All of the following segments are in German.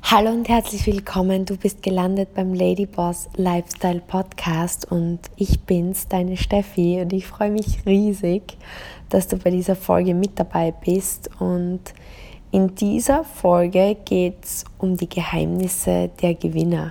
Hallo und herzlich willkommen. Du bist gelandet beim Ladyboss Lifestyle Podcast und ich bin's, deine Steffi, und ich freue mich riesig, dass du bei dieser Folge mit dabei bist. Und in dieser Folge geht's um die Geheimnisse der Gewinner.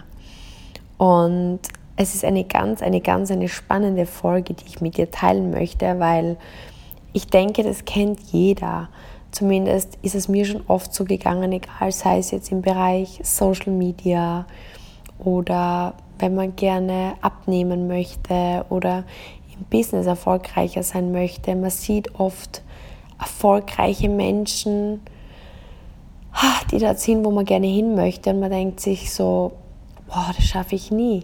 Und es ist eine ganz spannende Folge, die ich mit dir teilen möchte, weil ich denke, das kennt jeder. Zumindest ist es mir schon oft so gegangen, egal, sei es jetzt im Bereich Social Media oder wenn man gerne abnehmen möchte oder im Business erfolgreicher sein möchte. Man sieht oft erfolgreiche Menschen, die dort sind, wo man gerne hin möchte, und man denkt sich so, boah, das schaffe ich nie.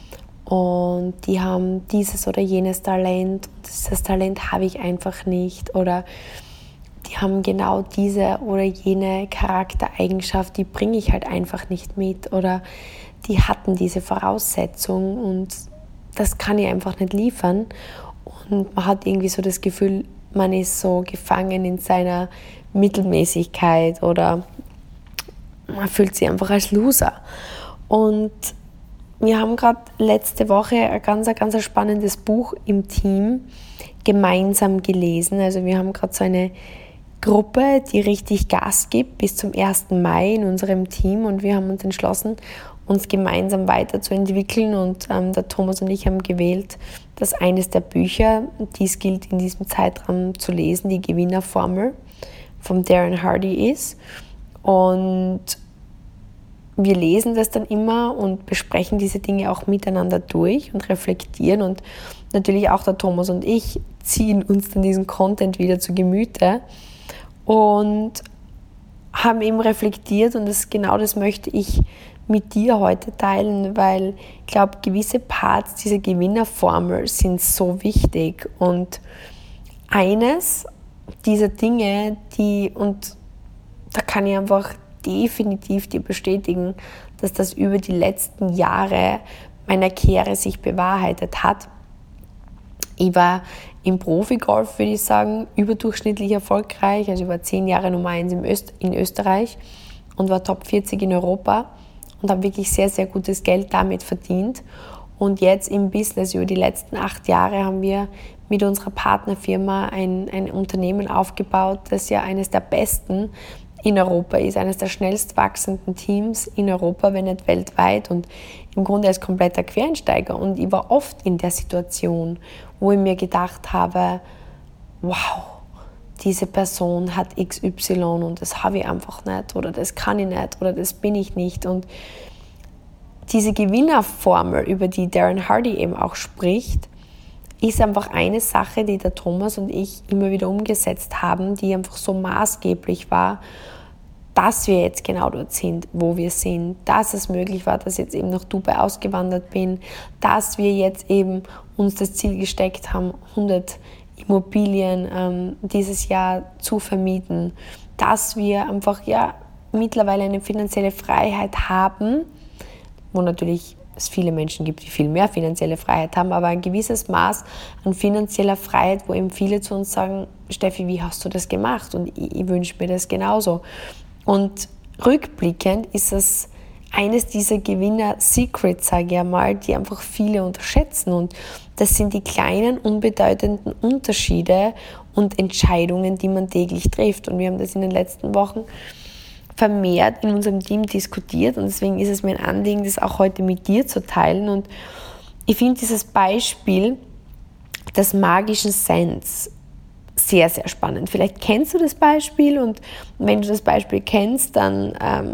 Und die haben dieses oder jenes Talent, das Talent habe ich einfach nicht, oder die haben genau diese oder jene Charaktereigenschaft, die bringe ich halt einfach nicht mit, oder die hatten diese Voraussetzung und das kann ich einfach nicht liefern. Und man hat irgendwie so das Gefühl, man ist so gefangen in seiner Mittelmäßigkeit oder man fühlt sich einfach als Loser. Und wir haben gerade letzte Woche ein ganz spannendes Buch im Team gemeinsam gelesen. Also wir haben gerade so eine Gruppe, die richtig Gas gibt bis zum 1. Mai in unserem Team, und wir haben uns entschlossen, uns gemeinsam weiterzuentwickeln, und der Thomas und ich haben gewählt, dass eines der Bücher, die es gilt in diesem Zeitraum zu lesen, die Gewinnerformel von Darren Hardy ist. Und wir lesen das dann immer und besprechen diese Dinge auch miteinander durch und reflektieren, und natürlich auch der Thomas und ich ziehen uns dann diesen Content wieder zu Gemüte und haben eben reflektiert, und das möchte ich mit dir heute teilen, weil ich glaube, gewisse Parts dieser Gewinnerformel sind so wichtig, und eines dieser Dinge, und da kann ich einfach definitiv dir bestätigen, dass das über die letzten Jahre meiner Karriere sich bewahrheitet hat. Ich war im Profigolf, würde ich sagen, überdurchschnittlich erfolgreich. Also ich war 10 Jahre Nummer 1 in Österreich und war Top 40 in Europa und habe wirklich sehr gutes Geld damit verdient. Und jetzt im Business über die letzten 8 Jahre haben wir mit unserer Partnerfirma ein Unternehmen aufgebaut, das ja eines der besten in Europa ist, eines der schnellst wachsenden Teams in Europa, wenn nicht weltweit, und im Grunde als kompletter Quereinsteiger. Und ich war oft in der Situation, wo ich mir gedacht habe, wow, diese Person hat XY und das habe ich einfach nicht, oder das kann ich nicht, oder das bin ich nicht. Und diese Gewinnerformel, über die Darren Hardy eben auch spricht, ist einfach eine Sache, die der Thomas und ich immer wieder umgesetzt haben, die einfach so maßgeblich war, dass wir jetzt genau dort sind, wo wir sind, dass es möglich war, dass jetzt eben nach Dubai ausgewandert bin, dass wir jetzt eben uns das Ziel gesteckt haben, 100 Immobilien dieses Jahr zu vermieten, dass wir einfach mittlerweile eine finanzielle Freiheit haben, wo natürlich es viele Menschen gibt, die viel mehr finanzielle Freiheit haben, aber ein gewisses Maß an finanzieller Freiheit, wo eben viele zu uns sagen, Steffi, wie hast du das gemacht? Und ich wünsche mir das genauso. Und rückblickend ist es eines dieser Gewinner-Secrets, sage ich einmal, die einfach viele unterschätzen. Und das sind die kleinen, unbedeutenden Unterschiede und Entscheidungen, die man täglich trifft. Und wir haben das in den letzten Wochen vermehrt in unserem Team diskutiert, und deswegen ist es mir ein Anliegen, das auch heute mit dir zu teilen. Und ich finde dieses Beispiel des magischen Cents sehr spannend. Vielleicht kennst du das Beispiel, und wenn du das Beispiel kennst, dann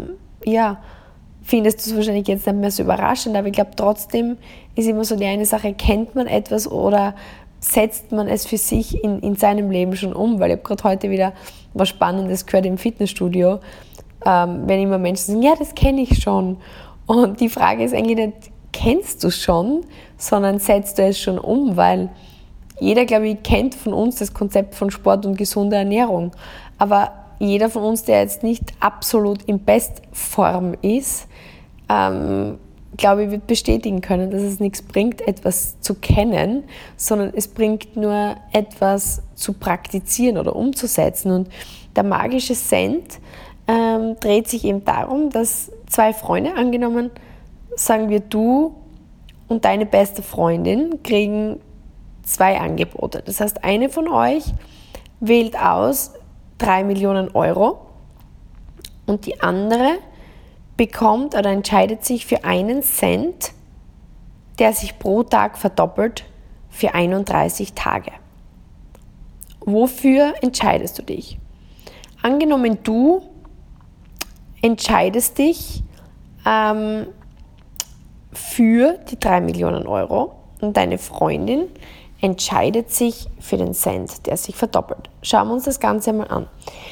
findest du es wahrscheinlich jetzt nicht mehr so überraschend, aber ich glaube, trotzdem ist immer so die eine Sache, kennt man etwas oder setzt man es für sich in seinem Leben schon um, weil ich habe gerade heute wieder was Spannendes gehört im Fitnessstudio, wenn immer Menschen sagen, ja, das kenne ich schon. Und die Frage ist eigentlich nicht, kennst du es schon, sondern setzt du es schon um, weil jeder, glaube ich, kennt von uns das Konzept von Sport und gesunder Ernährung. Aber jeder von uns, der jetzt nicht absolut in Bestform ist, glaube ich, wird bestätigen können, dass es nichts bringt, etwas zu kennen, sondern es bringt nur etwas zu praktizieren oder umzusetzen. Und der magische Cent dreht sich eben darum, dass zwei Freunde, angenommen, sagen wir, du und deine beste Freundin kriegen 2 Angebote. Das heißt, eine von euch wählt aus 3 Millionen Euro und die andere bekommt oder entscheidet sich für 1 Cent, der sich pro Tag verdoppelt für 31 Tage. Wofür entscheidest du dich? Angenommen, du entscheidest dich für die 3 Millionen Euro und deine Freundin entscheidet sich für den Cent, der sich verdoppelt. Schauen wir uns das Ganze mal an.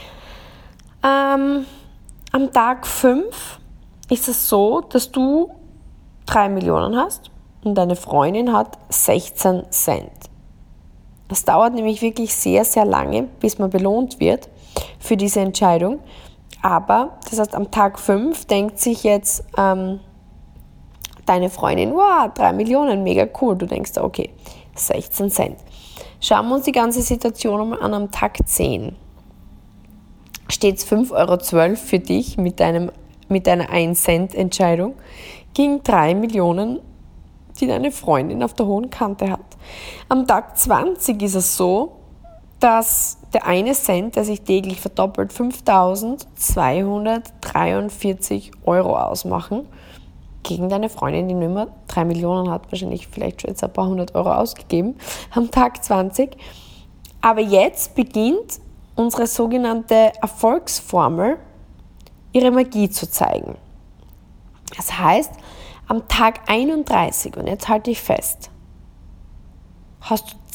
Am Tag 5 ist es so, dass du 3 Millionen hast und deine Freundin hat 16 Cent. Es dauert nämlich wirklich sehr, sehr lange, bis man belohnt wird für diese Entscheidung. Aber, das heißt, am Tag 5 denkt sich jetzt deine Freundin, wow, 3 Millionen, mega cool. Du denkst, okay, 16 Cent. Schauen wir uns die ganze Situation mal an. Am Tag 10 steht es 5,12 Euro für dich mit einer 1-Cent-Entscheidung gegen 3 Millionen, die deine Freundin auf der hohen Kante hat. Am Tag 20 ist es so, dass der 1 Cent, der sich täglich verdoppelt, 5.243 Euro ausmachen, gegen deine Freundin, die nur immer 3 Millionen hat, wahrscheinlich vielleicht schon jetzt ein paar 100 Euro ausgegeben, am Tag 20. Aber jetzt beginnt unsere sogenannte Erfolgsformel, ihre Magie zu zeigen. Das heißt, am Tag 31, und jetzt halte ich fest, hast du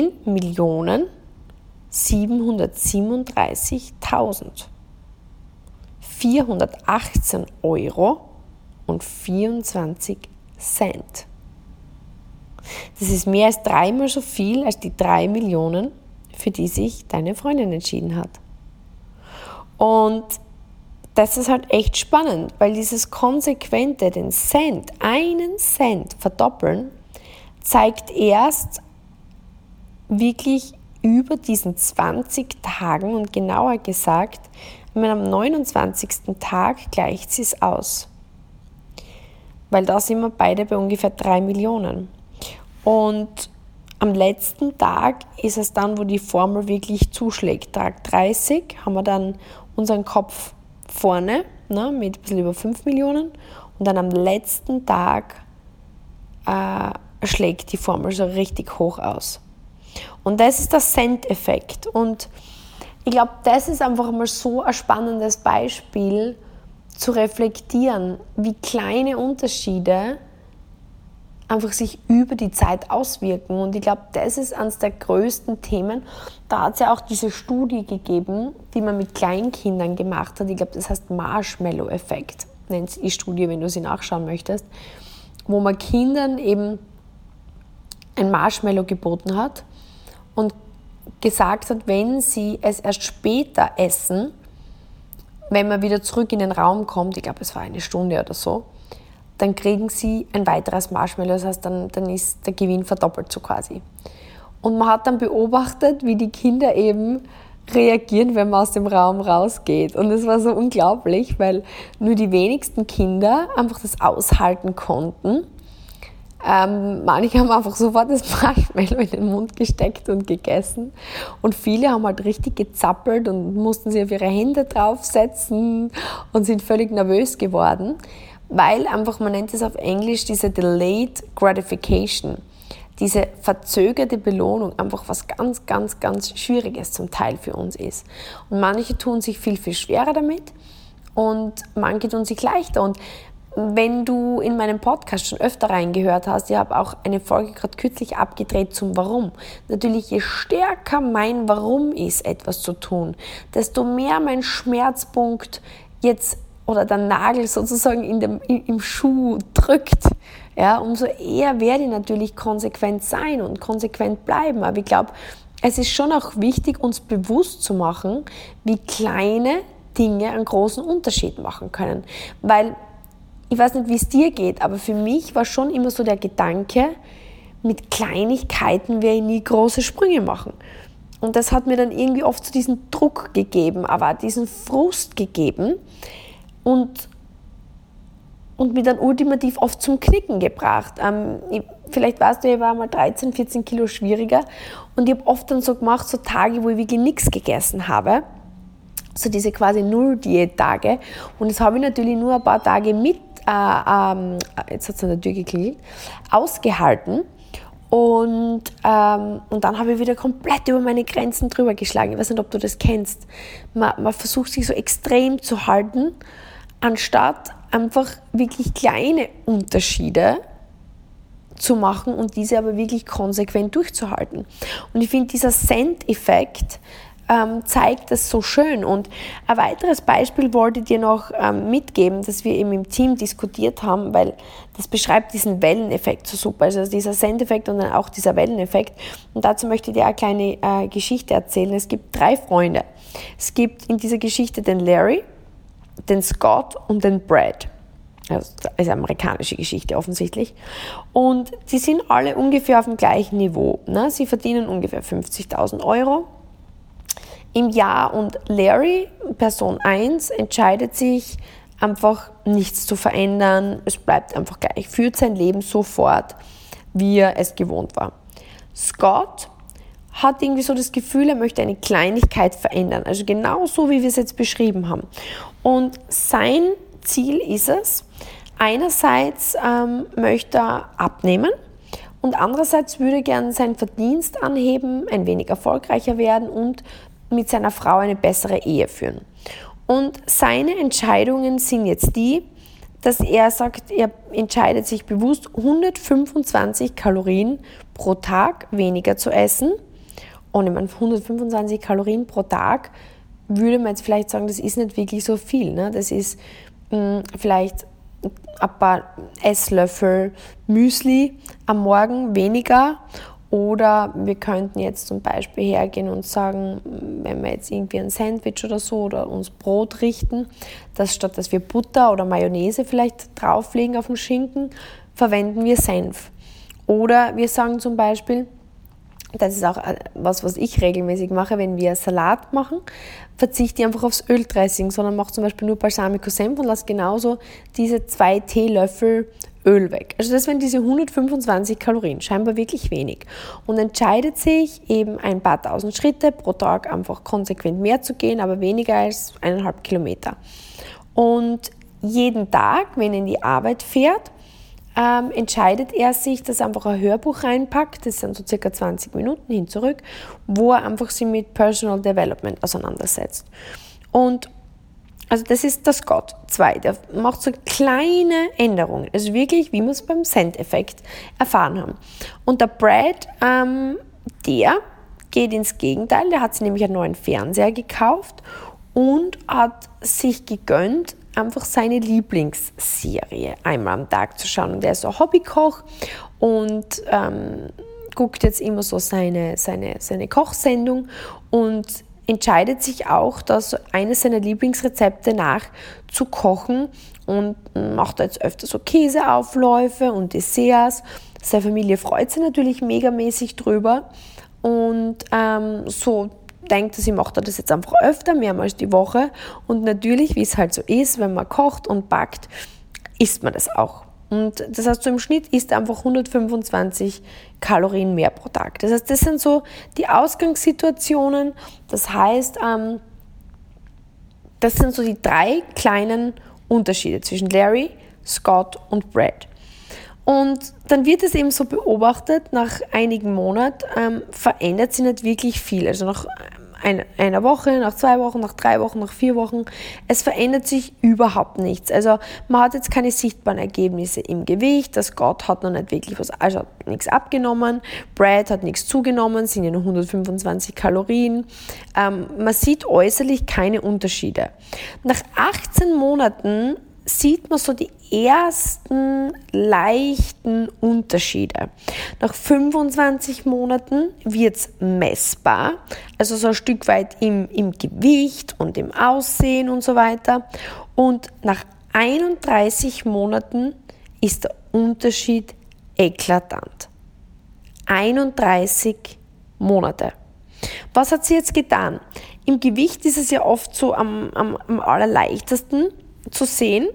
10.737.418 Euro und 24 Cent. Das ist mehr als 3-mal so viel als die 3 Millionen, für die sich deine Freundin entschieden hat. Und das ist halt echt spannend, weil dieses konsequente, den Cent, 1 Cent verdoppeln, zeigt erst wirklich über diesen 20 Tagen und genauer gesagt, am 29. Tag gleicht sie es aus. Weil da sind wir beide bei ungefähr 3 Millionen. Und am letzten Tag ist es dann, wo die Formel wirklich zuschlägt. Tag 30 haben wir dann unseren Kopf vorne, mit ein bisschen über 5 Millionen. Und dann am letzten Tag schlägt die Formel so richtig hoch aus. Und das ist der Cent-Effekt. Und ich glaube, das ist einfach mal so ein spannendes Beispiel, zu reflektieren, wie kleine Unterschiede einfach sich über die Zeit auswirken. Und ich glaube, das ist eines der größten Themen. Da hat es ja auch diese Studie gegeben, die man mit Kleinkindern gemacht hat. Ich glaube, das heißt Marshmallow-Effekt, nennt sie die Studie, wenn du sie nachschauen möchtest, wo man Kindern eben ein Marshmallow geboten hat und gesagt hat, wenn sie es erst später essen, wenn man wieder zurück in den Raum kommt, ich glaube, es war 1 Stunde oder so, dann kriegen sie ein weiteres Marshmallow, das heißt, dann ist der Gewinn verdoppelt so quasi. Und man hat dann beobachtet, wie die Kinder eben reagieren, wenn man aus dem Raum rausgeht. Und es war so unglaublich, weil nur die wenigsten Kinder einfach das aushalten konnten. Manche haben einfach sofort das Marshmallow in den Mund gesteckt und gegessen. Und viele haben halt richtig gezappelt und mussten sich auf ihre Hände draufsetzen und sind völlig nervös geworden, weil einfach, man nennt es auf Englisch, diese Delayed Gratification, diese verzögerte Belohnung einfach was ganz, ganz, ganz Schwieriges zum Teil für uns ist. Und manche tun sich viel, viel schwerer damit und manche tun sich leichter. Und wenn du in meinem Podcast schon öfter reingehört hast, ich habe auch eine Folge gerade kürzlich abgedreht zum Warum. Natürlich, je stärker mein Warum ist, etwas zu tun, desto mehr mein Schmerzpunkt jetzt oder der Nagel sozusagen im Schuh drückt, ja, umso eher werde ich natürlich konsequent sein und konsequent bleiben. Aber ich glaube, es ist schon auch wichtig, uns bewusst zu machen, wie kleine Dinge einen großen Unterschied machen können. Weil ich weiß nicht, wie es dir geht, aber für mich war schon immer so der Gedanke, mit Kleinigkeiten werde ich nie große Sprünge machen. Und das hat mir dann irgendwie oft so diesen Druck gegeben, aber auch diesen Frust gegeben und mich dann ultimativ oft zum Knicken gebracht. Vielleicht weißt du, ich war mal 13, 14 Kilo schwieriger und ich habe oft dann so gemacht, so Tage, wo ich wirklich nichts gegessen habe, so diese quasi Null-Diät-Tage, und das habe ich natürlich nur ein paar Tage mit, jetzt hat es an der Tür geklingelt, ausgehalten. Und dann habe ich wieder komplett über meine Grenzen drüber geschlagen. Ich weiß nicht, ob du das kennst. Man versucht sich so extrem zu halten, anstatt einfach wirklich kleine Unterschiede zu machen und diese aber wirklich konsequent durchzuhalten. Und ich finde, dieser Send-Effekt zeigt das so schön. Und ein weiteres Beispiel wollte ich dir noch mitgeben, das wir eben im Team diskutiert haben, weil das beschreibt diesen Welleneffekt so super. Also dieser Send-Effekt und dann auch dieser Welleneffekt. Und dazu möchte ich dir eine kleine Geschichte erzählen. Es gibt 3 Freunde. Es gibt in dieser Geschichte den Larry, den Scott und den Brad. Also, das ist eine amerikanische Geschichte offensichtlich. Und die sind alle ungefähr auf dem gleichen Niveau. Ne? Sie verdienen ungefähr 50.000 Euro im Jahr, und Larry, Person 1, entscheidet sich einfach nichts zu verändern. Es bleibt einfach gleich, führt sein Leben so fort, wie er es gewohnt war. Scott hat irgendwie so das Gefühl, er möchte eine Kleinigkeit verändern, also genau so, wie wir es jetzt beschrieben haben. Und sein Ziel ist es, einerseits möchte er abnehmen und andererseits würde er gerne seinen Verdienst anheben, ein wenig erfolgreicher werden und mit seiner Frau eine bessere Ehe führen. Und seine Entscheidungen sind jetzt die, dass er sagt, er entscheidet sich bewusst, 125 Kalorien pro Tag weniger zu essen. Und ich meine, 125 Kalorien pro Tag würde man jetzt vielleicht sagen, das ist nicht wirklich so viel. Ne? Das ist vielleicht ein paar Esslöffel Müsli am Morgen weniger. Oder wir könnten jetzt zum Beispiel hergehen und sagen, wenn wir jetzt irgendwie ein Sandwich oder so oder uns Brot richten, dass statt dass wir Butter oder Mayonnaise vielleicht drauflegen auf den Schinken, verwenden wir Senf. Oder wir sagen zum Beispiel, das ist auch was ich regelmäßig mache, wenn wir Salat machen, verzichte ich einfach aufs Öldressing, sondern mache zum Beispiel nur Balsamico-Senf und lasse genauso diese 2 Teelöffel Öl weg. Also das wären diese 125 Kalorien, scheinbar wirklich wenig. Und entscheidet sich eben ein paar tausend Schritte pro Tag einfach konsequent mehr zu gehen, aber weniger als 1,5 Kilometer. Und jeden Tag, wenn er in die Arbeit fährt, entscheidet er sich, dass er einfach ein Hörbuch reinpackt, das sind so circa 20 Minuten hin zurück, wo er einfach sich mit Personal Development auseinandersetzt. Und also das ist der Scott 2, der macht so kleine Änderungen, also wirklich, wie wir es beim Send-Effekt erfahren haben. Und der Brad, der geht ins Gegenteil, der hat sich nämlich einen neuen Fernseher gekauft und hat sich gegönnt, einfach seine Lieblingsserie einmal am Tag zu schauen. Und er ist so Hobbykoch und guckt jetzt immer so seine Kochsendung und entscheidet sich auch, dass eines seiner Lieblingsrezepte zu kochen und macht jetzt öfter so Käseaufläufe und Desserts. Seine Familie freut sich natürlich megamäßig drüber und so denkt sie, macht er das jetzt einfach öfter, mehrmals die Woche, und natürlich, wie es halt so ist, wenn man kocht und backt, isst man das auch. Und das heißt, so im Schnitt isst er einfach 125 Kalorien mehr pro Tag. Das heißt, das sind so die Ausgangssituationen. Das heißt, das sind so die 3 kleinen Unterschiede zwischen Larry, Scott und Brad. Und dann wird es eben so beobachtet, nach einigen Monaten verändert sich nicht wirklich viel. Also nach einer Woche, nach 2 Wochen, nach 3 Wochen, nach 4 Wochen. Es verändert sich überhaupt nichts. Also man hat jetzt keine sichtbaren Ergebnisse im Gewicht. Der Scott hat noch nicht wirklich nichts abgenommen. Brad hat nichts zugenommen, sind ja nur 125 Kalorien. Man sieht äußerlich keine Unterschiede. Nach 18 Monaten sieht man so die ersten leichten Unterschiede. Nach 25 Monaten wird es messbar, also so ein Stück weit im Gewicht und im Aussehen und so weiter. Und nach 31 Monaten ist der Unterschied eklatant. 31 Monate. Was hat sie jetzt getan? Im Gewicht ist es ja oft so am allerleichtesten zu sehen.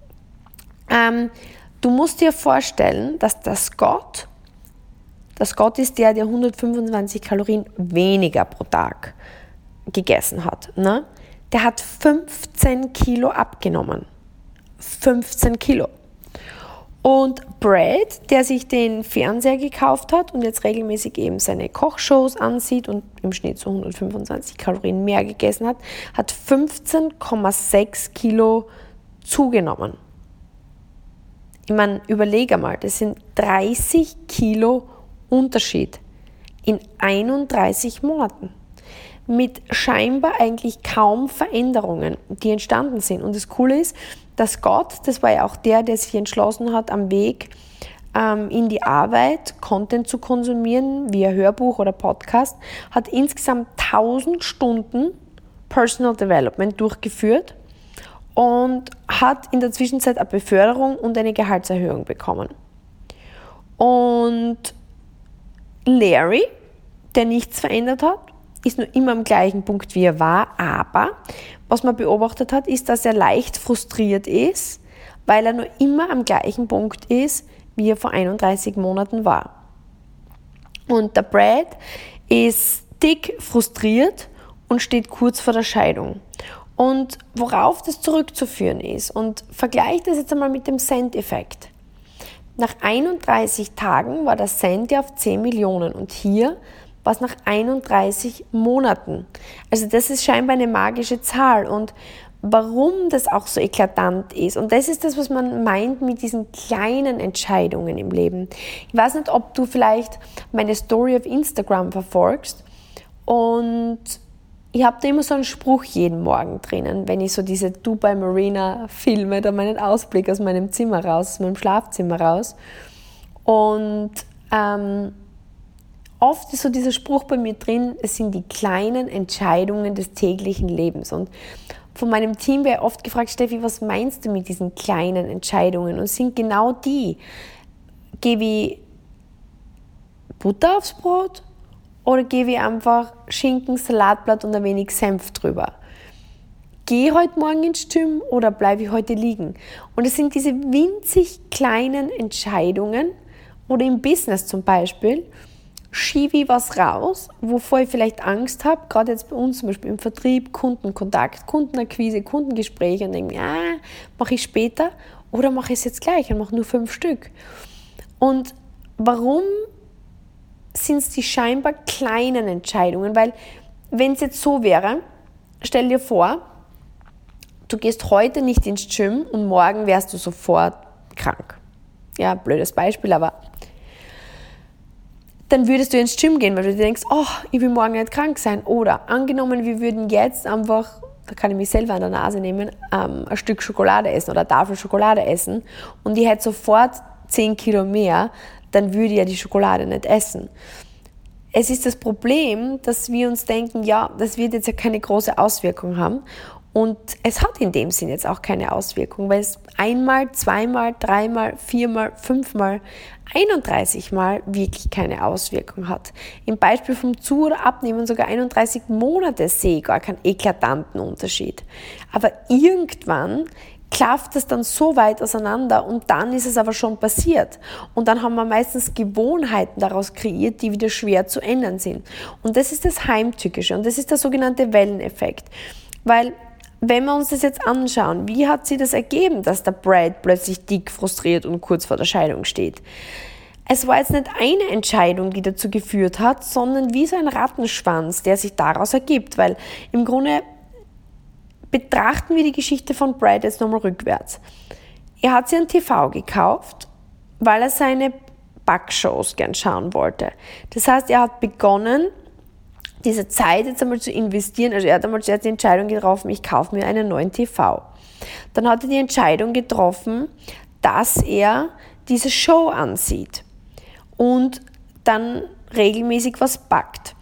Du musst dir vorstellen, dass der Scott ist der 125 Kalorien weniger pro Tag gegessen hat. Ne? Der hat 15 Kilo abgenommen. 15 Kilo. Und Brad, der sich den Fernseher gekauft hat und jetzt regelmäßig eben seine Kochshows ansieht und im Schnitt so 125 Kalorien mehr gegessen hat, hat 15,6 Kilo zugenommen. Ich meine, überlege mal, das sind 30 Kilo Unterschied in 31 Monaten. Mit scheinbar eigentlich kaum Veränderungen, die entstanden sind. Und das Coole ist, dass Scott, das war ja auch der sich entschlossen hat, am Weg in die Arbeit Content zu konsumieren, via Hörbuch oder Podcast, hat insgesamt 1000 Stunden Personal Development durchgeführt und hat in der Zwischenzeit eine Beförderung und eine Gehaltserhöhung bekommen. Und Larry, der nichts verändert hat, ist nur immer am gleichen Punkt, wie er war, aber was man beobachtet hat, ist, dass er leicht frustriert ist, weil er nur immer am gleichen Punkt ist, wie er vor 31 Monaten war. Und der Brad ist dick frustriert und steht kurz vor der Scheidung. Und worauf das zurückzuführen ist, und vergleicht das jetzt einmal mit dem Cent-Effekt. Nach 31 Tagen war der Cent ja auf 10 Millionen und hier war es nach 31 Monaten. Also das ist scheinbar eine magische Zahl und warum das auch so eklatant ist. Und das ist das, was man meint mit diesen kleinen Entscheidungen im Leben. Ich weiß nicht, ob du vielleicht meine Story auf Instagram verfolgst und ich habe da immer so einen Spruch jeden Morgen drinnen, wenn ich so diese Dubai Marina filme, da meinen Ausblick aus meinem Zimmer raus, aus meinem Schlafzimmer raus. Und oft ist so dieser Spruch bei mir drin, es sind die kleinen Entscheidungen des täglichen Lebens. Und von meinem Team wäre oft gefragt, Steffi, was meinst du mit diesen kleinen Entscheidungen? Und es sind genau die, gebe ich Butter aufs Brot oder gebe ich einfach Schinken, Salatblatt und ein wenig Senf drüber? Gehe ich heute Morgen ins Gym oder bleibe ich heute liegen? Und es sind diese winzig kleinen Entscheidungen oder im Business zum Beispiel, schiebe ich was raus, wovor ich vielleicht Angst habe, gerade jetzt bei uns zum Beispiel im Vertrieb, Kundenkontakt, Kundenakquise, Kundengespräche und denke, mache ich später oder mache ich es jetzt gleich und mache nur 5 Stück. Und warum sind es die scheinbar kleinen Entscheidungen? Weil wenn es jetzt so wäre, stell dir vor, du gehst heute nicht ins Gym und morgen wärst du sofort krank. Ja, blödes Beispiel, aber dann würdest du ins Gym gehen, weil du dir denkst, ich will morgen nicht krank sein. Oder angenommen, wir würden jetzt einfach, da kann ich mich selber an der Nase nehmen, ein Stück Schokolade essen oder eine Tafel Schokolade essen und ich hätte sofort 10 Kilo mehr, dann würde ich ja die Schokolade nicht essen. Es ist das Problem, dass wir uns denken, ja, das wird jetzt ja keine große Auswirkung haben. Und es hat in dem Sinn jetzt auch keine Auswirkung, weil es einmal, zweimal, dreimal, viermal, fünfmal, 31 Mal wirklich keine Auswirkung hat. Im Beispiel vom Zu- oder Abnehmen sogar 31 Monate sehe ich gar keinen eklatanten Unterschied. Aber irgendwann klafft es dann so weit auseinander und dann ist es aber schon passiert. Und dann haben wir meistens Gewohnheiten daraus kreiert, die wieder schwer zu ändern sind. Und das ist das Heimtückische und das ist der sogenannte Welleneffekt. Weil wenn wir uns das jetzt anschauen, wie hat sich das ergeben, dass der Brad plötzlich dick, frustriert und kurz vor der Scheidung steht? Es war jetzt nicht eine Entscheidung, die dazu geführt hat, sondern wie so ein Rattenschwanz, der sich daraus ergibt. Weil im Grunde betrachten wir die Geschichte von Brad jetzt nochmal rückwärts. Er hat sich ein TV gekauft, weil er seine Backshows gern schauen wollte. Das heißt, er hat begonnen, diese Zeit jetzt einmal zu investieren. Also er hat einmal zuerst die Entscheidung getroffen, ich kaufe mir einen neuen TV. Dann hat er die Entscheidung getroffen, dass er diese Show ansieht und dann regelmäßig was backt.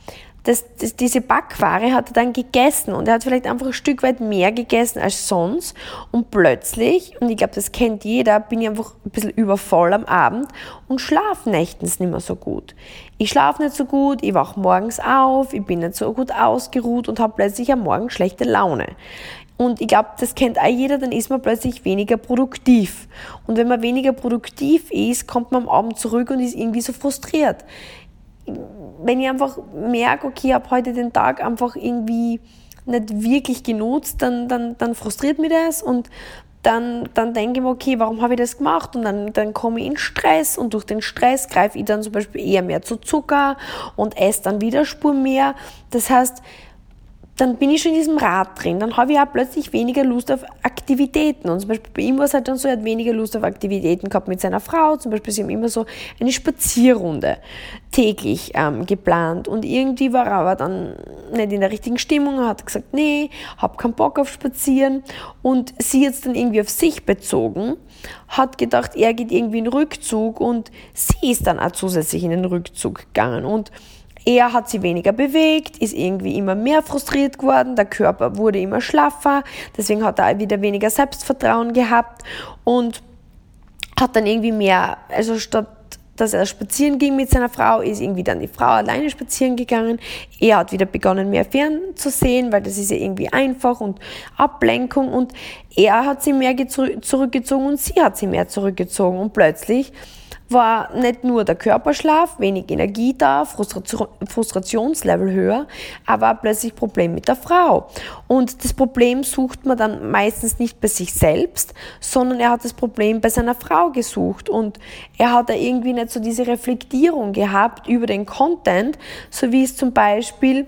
diese Backware hat er dann gegessen und er hat vielleicht einfach ein Stück weit mehr gegessen als sonst und plötzlich, und ich glaube, das kennt jeder, bin ich einfach ein bisschen übervoll am Abend und schlafe nächtens nicht mehr so gut. Ich schlafe nicht so gut, ich wache morgens auf, ich bin nicht so gut ausgeruht und habe plötzlich am Morgen schlechte Laune. Und ich glaube, das kennt auch jeder, dann ist man plötzlich weniger produktiv. Und wenn man weniger produktiv ist, kommt man am Abend zurück und ist irgendwie so frustriert. Wenn ich einfach merke, okay, ich habe heute den Tag einfach irgendwie nicht wirklich genutzt, dann frustriert mich das und dann denke ich mir, okay, warum habe ich das gemacht? Und dann komme ich in Stress und durch den Stress greife ich dann zum Beispiel eher mehr zu Zucker und esse dann wieder Spur mehr. Das heißt, dann bin ich schon in diesem Rad drin, dann habe ich auch plötzlich weniger Lust auf Aktivitäten. Und zum Beispiel bei ihm war es halt dann so, er hat weniger Lust auf Aktivitäten gehabt mit seiner Frau. Zum Beispiel, sie haben immer so eine Spazierrunde täglich geplant. Und irgendwie war er aber dann nicht in der richtigen Stimmung, er hat gesagt, nee, hab keinen Bock auf Spazieren. Und sie hat es dann irgendwie auf sich bezogen, hat gedacht, er geht irgendwie in den Rückzug und sie ist dann auch zusätzlich in den Rückzug gegangen. Und er hat sich weniger bewegt, ist irgendwie immer mehr frustriert geworden, der Körper wurde immer schlaffer, deswegen hat er auch wieder weniger Selbstvertrauen gehabt und hat dann irgendwie mehr, also statt dass er spazieren ging mit seiner Frau, ist irgendwie dann die Frau alleine spazieren gegangen. Er hat wieder begonnen, mehr fernzusehen, weil das ist ja irgendwie einfach und Ablenkung und er hat sie mehr zurückgezogen und sie hat sie mehr zurückgezogen und plötzlich war nicht nur der Körperschlaf, wenig Energie da, Frustrationslevel höher, aber auch plötzlich Problem mit der Frau. Und das Problem sucht man dann meistens nicht bei sich selbst, sondern er hat das Problem bei seiner Frau gesucht und er hat da irgendwie nicht so diese Reflektierung gehabt über den Content, so wie es zum Beispiel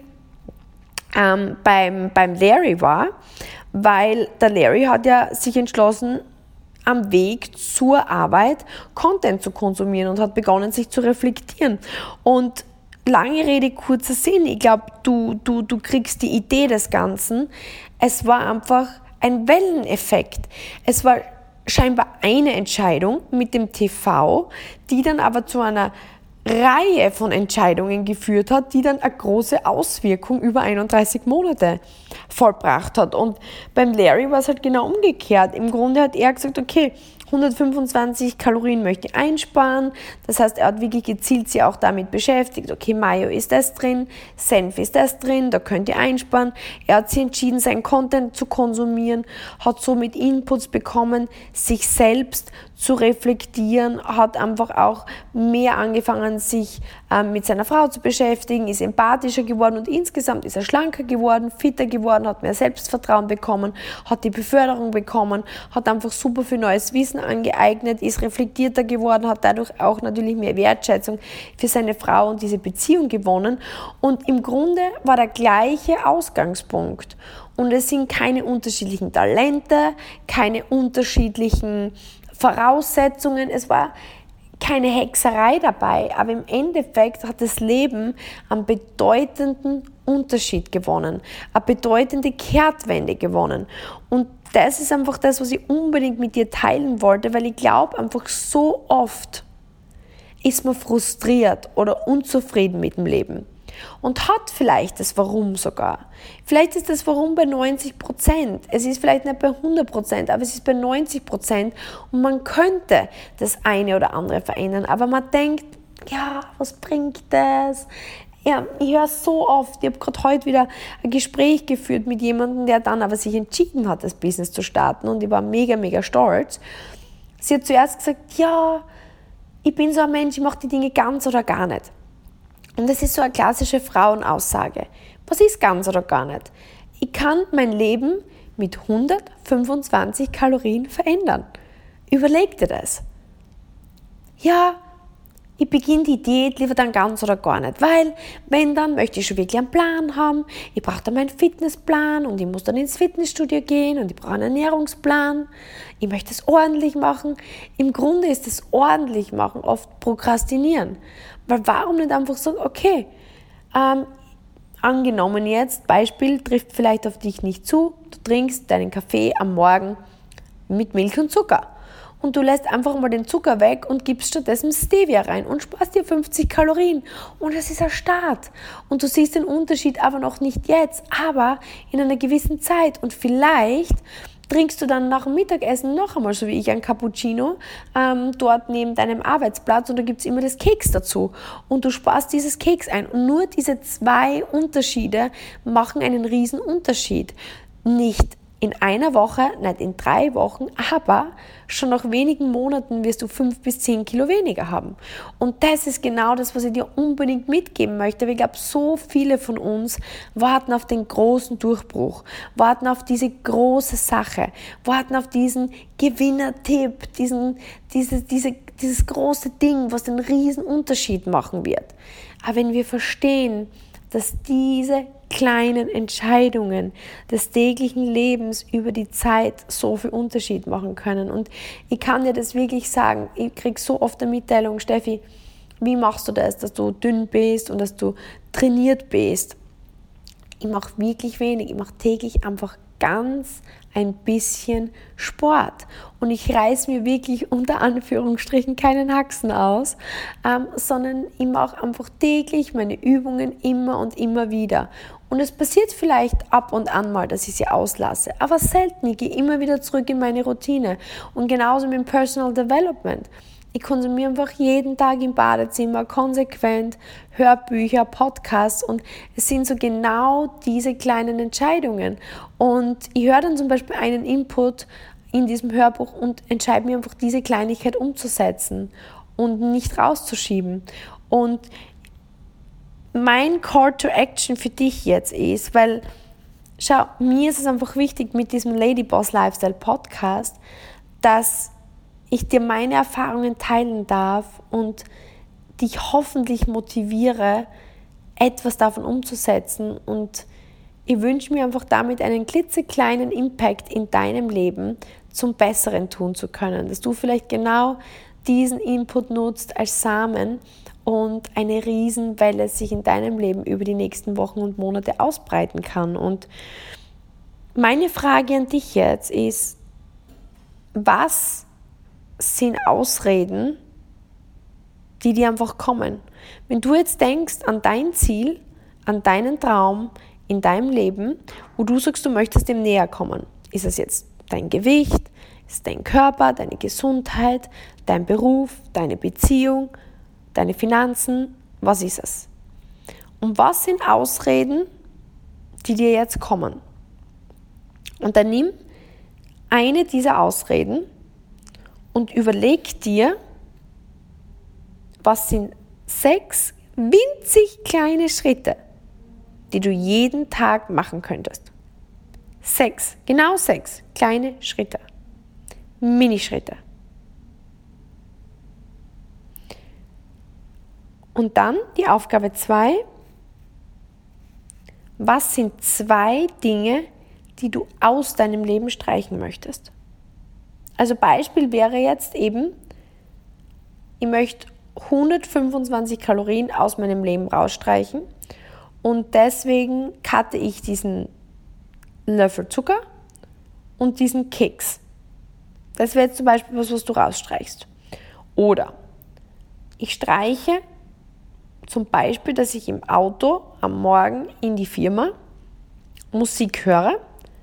beim Larry war, weil der Larry hat ja sich entschlossen, am Weg zur Arbeit Content zu konsumieren und hat begonnen, sich zu reflektieren. Und lange Rede, kurzer Sinn, ich glaube, du kriegst die Idee des Ganzen. Es war einfach ein Welleneffekt. Es war scheinbar eine Entscheidung mit dem TV, die dann aber zu einer Reihe von Entscheidungen geführt hat, die dann eine große Auswirkung über 31 Monate vollbracht hat. Und beim Larry war es halt genau umgekehrt. Im Grunde hat er gesagt, okay, 125 Kalorien möchte ich einsparen. Das heißt, er hat wirklich gezielt sich auch damit beschäftigt. Okay, Mayo ist das drin, Senf ist das drin, da könnt ihr einsparen. Er hat sich entschieden, seinen Content zu konsumieren, hat somit Inputs bekommen, sich selbst zu reflektieren, hat einfach auch mehr angefangen, sich mit seiner Frau zu beschäftigen, ist empathischer geworden und insgesamt ist er schlanker geworden, fitter geworden, hat mehr Selbstvertrauen bekommen, hat die Beförderung bekommen, hat einfach super viel neues Wissen angeeignet, ist reflektierter geworden, hat dadurch auch natürlich mehr Wertschätzung für seine Frau und diese Beziehung gewonnen. Und im Grunde war der gleiche Ausgangspunkt. Und es sind keine unterschiedlichen Talente, keine unterschiedlichen Voraussetzungen, es war keine Hexerei dabei, aber im Endeffekt hat das Leben einen bedeutenden Unterschied gewonnen, eine bedeutende Kehrtwende gewonnen. Und das ist einfach das, was ich unbedingt mit dir teilen wollte, weil ich glaube einfach so oft ist man frustriert oder unzufrieden mit dem Leben und hat vielleicht das Warum sogar. Vielleicht ist das Warum bei 90%. Es ist vielleicht nicht bei 100%, aber es ist bei 90% und man könnte das eine oder andere verändern. Aber man denkt, ja, was bringt das? Ja, ich höre so oft, ich habe gerade heute wieder ein Gespräch geführt mit jemandem, der dann aber sich entschieden hat, das Business zu starten und ich war mega, mega stolz. Sie hat zuerst gesagt, ja, ich bin so ein Mensch, ich mache die Dinge ganz oder gar nicht. Und das ist so eine klassische Frauenaussage. Was ist ganz oder gar nicht? Ich kann mein Leben mit 125 Kalorien verändern. Überleg dir das. Ja, ich beginne die Diät lieber dann ganz oder gar nicht, weil wenn, dann möchte ich schon wirklich einen Plan haben. Ich brauche dann meinen Fitnessplan und ich muss dann ins Fitnessstudio gehen und ich brauche einen Ernährungsplan. Ich möchte es ordentlich machen. Im Grunde ist das ordentlich machen oft Prokrastinieren. Weil warum nicht einfach sagen, okay, angenommen jetzt, Beispiel, trifft vielleicht auf dich nicht zu, du trinkst deinen Kaffee am Morgen mit Milch und Zucker. und du lässt einfach mal den Zucker weg und gibst stattdessen Stevia rein und sparst dir 50 Kalorien. Und das ist ein Start. Und du siehst den Unterschied aber noch nicht jetzt, aber in einer gewissen Zeit. Und vielleicht trinkst du dann nach dem Mittagessen noch einmal, so wie ich, ein Cappuccino dort neben deinem Arbeitsplatz und da gibt es immer das Keks dazu und du sparst dieses Keks ein. Und nur diese 2 Unterschiede machen einen riesen Unterschied. Nicht in einer Woche, nicht in 3 Wochen, aber schon nach wenigen Monaten wirst du 5 bis 10 Kilo weniger haben. Und das ist genau das, was ich dir unbedingt mitgeben möchte. Weil ich glaube, so viele von uns warten auf den großen Durchbruch, warten auf diese große Sache, warten auf diesen Gewinnertipp, dieses große Ding, was den riesen Unterschied machen wird. Aber wenn wir verstehen, dass diese kleinen Entscheidungen des täglichen Lebens über die Zeit so viel Unterschied machen können. Und ich kann dir das wirklich sagen, ich kriege so oft eine Mitteilung, Steffi, wie machst du das, dass du dünn bist und dass du trainiert bist? Ich mache wirklich wenig, ich mache täglich einfach ganz ein bisschen Sport und ich reiße mir wirklich unter Anführungsstrichen keinen Haxen aus, sondern ich mache einfach täglich meine Übungen immer und immer wieder. Und es passiert vielleicht ab und an mal, dass ich sie auslasse, aber selten. Ich gehe immer wieder zurück in meine Routine. Und genauso mit dem Personal Development. Ich konsumiere einfach jeden Tag im Badezimmer konsequent Hörbücher, Podcasts und es sind so genau diese kleinen Entscheidungen. Und ich höre dann zum Beispiel einen Input in diesem Hörbuch und entscheide mir einfach, diese Kleinigkeit umzusetzen und nicht rauszuschieben. Und mein Call to Action für dich jetzt ist, weil, schau, mir ist es einfach wichtig mit diesem Lady Boss Lifestyle Podcast, dass ich dir meine Erfahrungen teilen darf und dich hoffentlich motiviere, etwas davon umzusetzen. Und ich wünsche mir einfach damit einen klitzekleinen Impact in deinem Leben zum Besseren tun zu können. Dass du vielleicht genau diesen Input nutzt als Samen und eine Riesenwelle sich in deinem Leben über die nächsten Wochen und Monate ausbreiten kann. Und meine Frage an dich jetzt ist, was sind Ausreden, die dir einfach kommen? Wenn du jetzt denkst an dein Ziel, an deinen Traum in deinem Leben, wo du sagst, du möchtest dem näher kommen, ist es jetzt dein Gewicht, ist es dein Körper, deine Gesundheit, dein Beruf, deine Beziehung, deine Finanzen, was ist es? Und was sind Ausreden, die dir jetzt kommen? Und dann nimm eine dieser Ausreden und überleg dir, was sind 6 winzig kleine Schritte, die du jeden Tag machen könntest. 6, genau 6 kleine Schritte, Minischritte. Und dann die Aufgabe 2, was sind 2 Dinge, die du aus deinem Leben streichen möchtest? Also Beispiel wäre jetzt eben, ich möchte 125 Kalorien aus meinem Leben rausstreichen und deswegen cutte ich diesen Löffel Zucker und diesen Keks. Das wäre jetzt zum Beispiel was du rausstreichst. Oder ich streiche zum Beispiel, dass ich im Auto am Morgen in die Firma Musik höre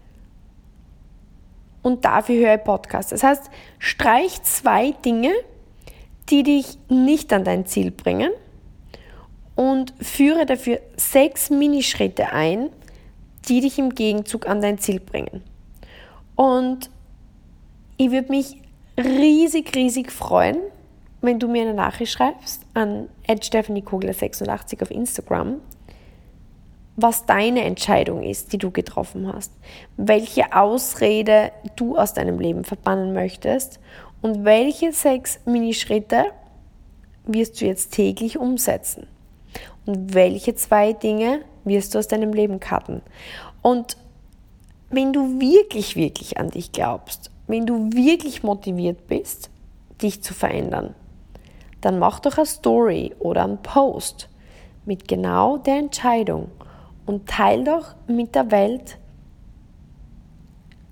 und dafür höre ich Podcasts. Das heißt, streich 2 Dinge, die dich nicht an dein Ziel bringen und führe dafür 6 Minischritte ein, die dich im Gegenzug an dein Ziel bringen. Und ich würde mich riesig freuen, wenn du mir eine Nachricht schreibst an @stephaniekogler86 auf Instagram, was deine Entscheidung ist, die du getroffen hast, welche Ausrede du aus deinem Leben verbannen möchtest und welche 6 Minischritte wirst du jetzt täglich umsetzen und welche 2 Dinge wirst du aus deinem Leben cutten. Und wenn du wirklich an dich glaubst, wenn du wirklich motiviert bist, dich zu verändern, dann mach doch eine Story oder einen Post mit genau der Entscheidung und teil doch mit der Welt,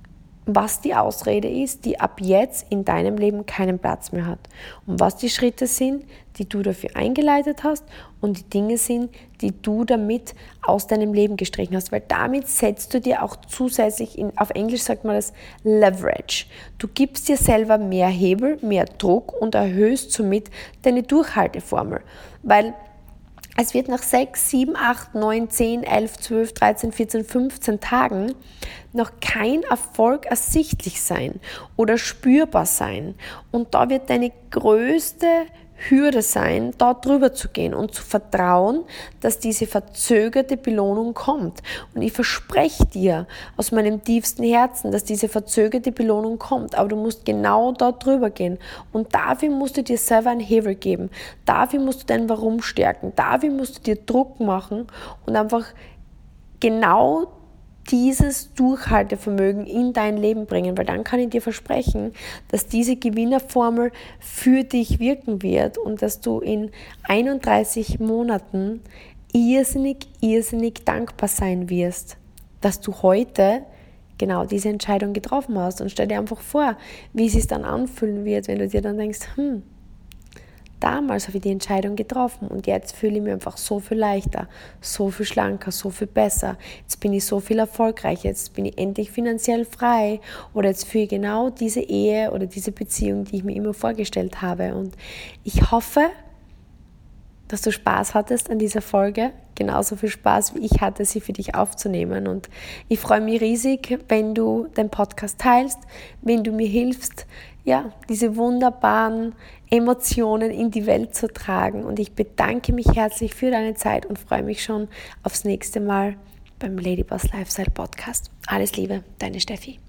was die Ausrede ist, die ab jetzt in deinem Leben keinen Platz mehr hat. Und was die Schritte sind, die du dafür eingeleitet hast und die Dinge sind, die du damit aus deinem Leben gestrichen hast. Weil damit setzt du dir auch zusätzlich, auf Englisch sagt man das Leverage. Du gibst dir selber mehr Hebel, mehr Druck und erhöhst somit deine Durchhalteformel. Weil es wird nach 6, 7, 8, 9, 10, 11, 12, 13, 14, 15 Tagen noch kein Erfolg ersichtlich sein oder spürbar sein. Und da wird deine größte Hürde sein, da drüber zu gehen und zu vertrauen, dass diese verzögerte Belohnung kommt. Und ich verspreche dir aus meinem tiefsten Herzen, dass diese verzögerte Belohnung kommt. Aber du musst genau da drüber gehen. Und dafür musst du dir selber einen Hebel geben. Dafür musst du dein Warum stärken. Dafür musst du dir Druck machen und einfach genau dieses Durchhaltevermögen in dein Leben bringen, weil dann kann ich dir versprechen, dass diese Gewinnerformel für dich wirken wird und dass du in 31 Monaten irrsinnig dankbar sein wirst, dass du heute genau diese Entscheidung getroffen hast. Und stell dir einfach vor, wie es sich dann anfühlen wird, wenn du dir dann denkst, damals habe ich die Entscheidung getroffen und jetzt fühle ich mich einfach so viel leichter, so viel schlanker, so viel besser. Jetzt bin ich so viel erfolgreicher, jetzt bin ich endlich finanziell frei oder jetzt fühle ich genau diese Ehe oder diese Beziehung, die ich mir immer vorgestellt habe. Und ich hoffe, dass du Spaß hattest an dieser Folge, genauso viel Spaß wie ich hatte, sie für dich aufzunehmen. Und ich freue mich riesig, wenn du den Podcast teilst, wenn du mir hilfst, diese wunderbaren Emotionen in die Welt zu tragen. Und ich bedanke mich herzlich für deine Zeit und freue mich schon aufs nächste Mal beim Ladyboss Lifestyle Podcast. Alles Liebe, deine Steffi.